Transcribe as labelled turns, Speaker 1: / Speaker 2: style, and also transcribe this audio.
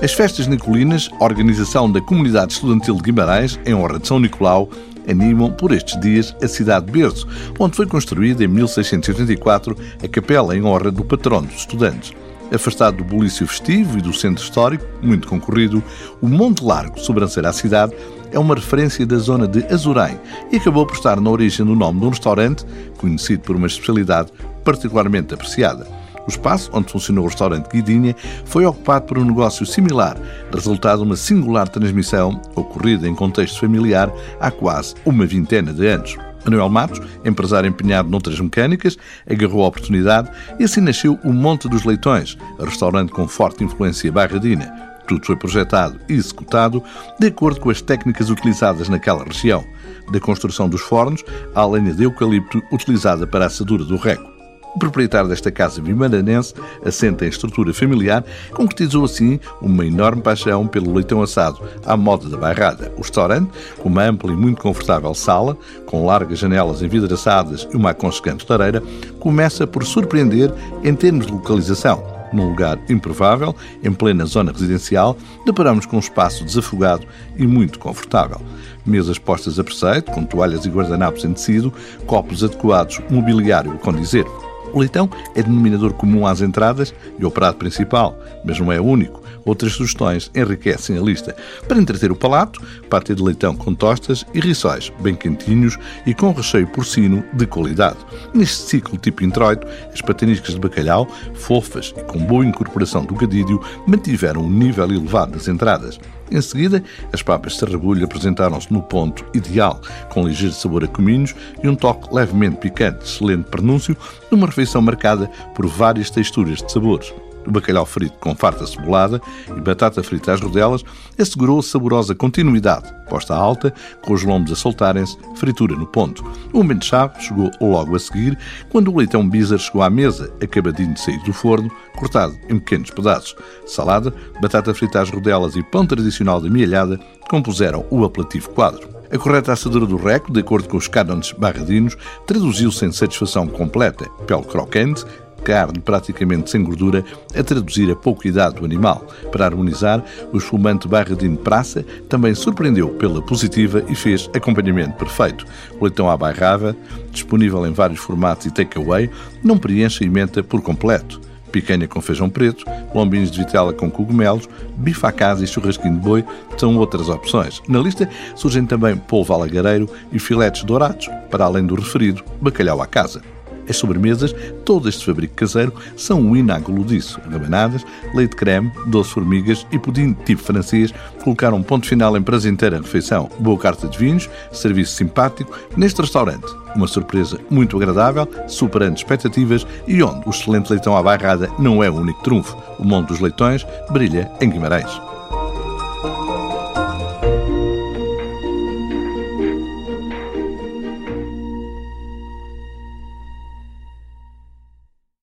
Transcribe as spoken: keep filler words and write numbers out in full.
Speaker 1: As festas nicolinas, a organização da comunidade estudantil de Guimarães, em honra de São Nicolau, animam por estes dias a cidade de Berço, onde foi construída em mil seiscentos e oitenta e quatro a capela em honra do patrono dos estudantes. Afastado do bulício festivo e do centro histórico, muito concorrido, o Monte Largo, de sobranceira à cidade, é uma referência da zona de Azurém e acabou por estar na origem do nome de um restaurante, conhecido por uma especialidade particularmente apreciada. O espaço onde funcionou o restaurante Guidinha foi ocupado por um negócio similar, resultado de uma singular transmissão ocorrida em contexto familiar há quase uma vintena de anos. Manuel Matos, empresário empenhado noutras mecânicas, agarrou a oportunidade e assim nasceu o Monte dos Leitões, restaurante com forte influência barradina. Tudo foi projetado e executado de acordo com as técnicas utilizadas naquela região, da construção dos fornos à lenha de eucalipto utilizada para a assadura do reco. O proprietário desta casa vimaranense, assenta em estrutura familiar, concretizou assim uma enorme paixão pelo leitão assado à moda da bairrada. O restaurante, com uma ampla e muito confortável sala, com largas janelas envidraçadas e uma aconchegante lareira, começa por surpreender em termos de localização. Num lugar improvável, em plena zona residencial, deparamos com um espaço desafogado e muito confortável. Mesas postas a preceito, com toalhas e guardanapos em tecido, copos adequados, mobiliário a condizer. O leitão é denominador comum às entradas e ao prato principal, mas não é o único. Outras sugestões enriquecem a lista. Para entreter o palato, patê de leitão com tostas e rissóis, bem quentinhos e com recheio porcino de qualidade. Neste ciclo tipo introito, as pataniscas de bacalhau, fofas e com boa incorporação do gadídio, mantiveram um nível elevado das entradas. Em seguida, as papas de sarrabulho apresentaram-se no ponto ideal, com ligeiro sabor a cominhos e um toque levemente picante, excelente prenúncio, numa refeição marcada por várias texturas de sabores. O bacalhau frito com farta cebolada e batata frita às rodelas assegurou saborosa continuidade, posta alta, com os lombos a soltarem-se, fritura no ponto. O momento-chave chegou logo a seguir, quando o leitão Bizar chegou à mesa, acabadinho de sair do forno, cortado em pequenos pedaços. Salada, batata frita às rodelas e pão tradicional de mielhada compuseram o apelativo quadro. A correta assadura do reco, de acordo com os cânones barradinos, traduziu-se em satisfação completa, pele crocante, carne praticamente sem gordura, a traduzir a pouca idade do animal. Para harmonizar, o espumante barradino praça também surpreendeu pela positiva e fez acompanhamento perfeito. O leitão à bairrava, disponível em vários formatos e takeaway, não preenche a emenda por completo. Picanha com feijão preto, lombinhos de vitela com cogumelos, bife à casa e churrasquinho de boi são outras opções. Na lista surgem também polvo alagareiro e filetes dourados, para além do referido bacalhau à casa. As sobremesas, todo este fabrico caseiro, são um inágulo disso. Rabanadas, leite creme, doce formigas e pudim tipo francês colocaram um ponto final em prazenteira refeição. Boa carta de vinhos, serviço simpático neste restaurante. Uma surpresa muito agradável, superando expectativas e onde o excelente leitão à bairrada não é o único trunfo. O Monte dos Leitões brilha em Guimarães.